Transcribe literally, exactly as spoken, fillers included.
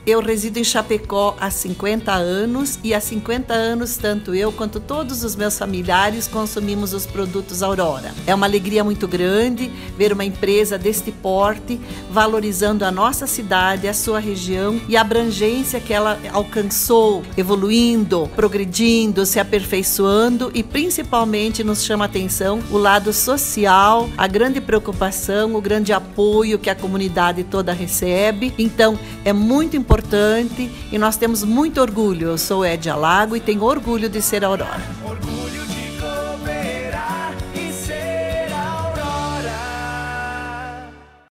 Eu resido em Chapecó há cinquenta anos e há cinquenta anos tanto eu quanto todos os meus familiares consumimos os produtos Aurora. É uma alegria muito grande ver uma empresa deste porte valorizando a nossa cidade, a sua região e a abrangência que ela alcançou, evoluindo, progredindo, se aperfeiçoando e principalmente nos chama a atenção o lado social, a grande preocupação, o grande apoio que a comunidade toda recebe. Então, é muito importante e nós temos muito orgulho. Eu sou Edia Lago e tenho orgulho de ser Aurora.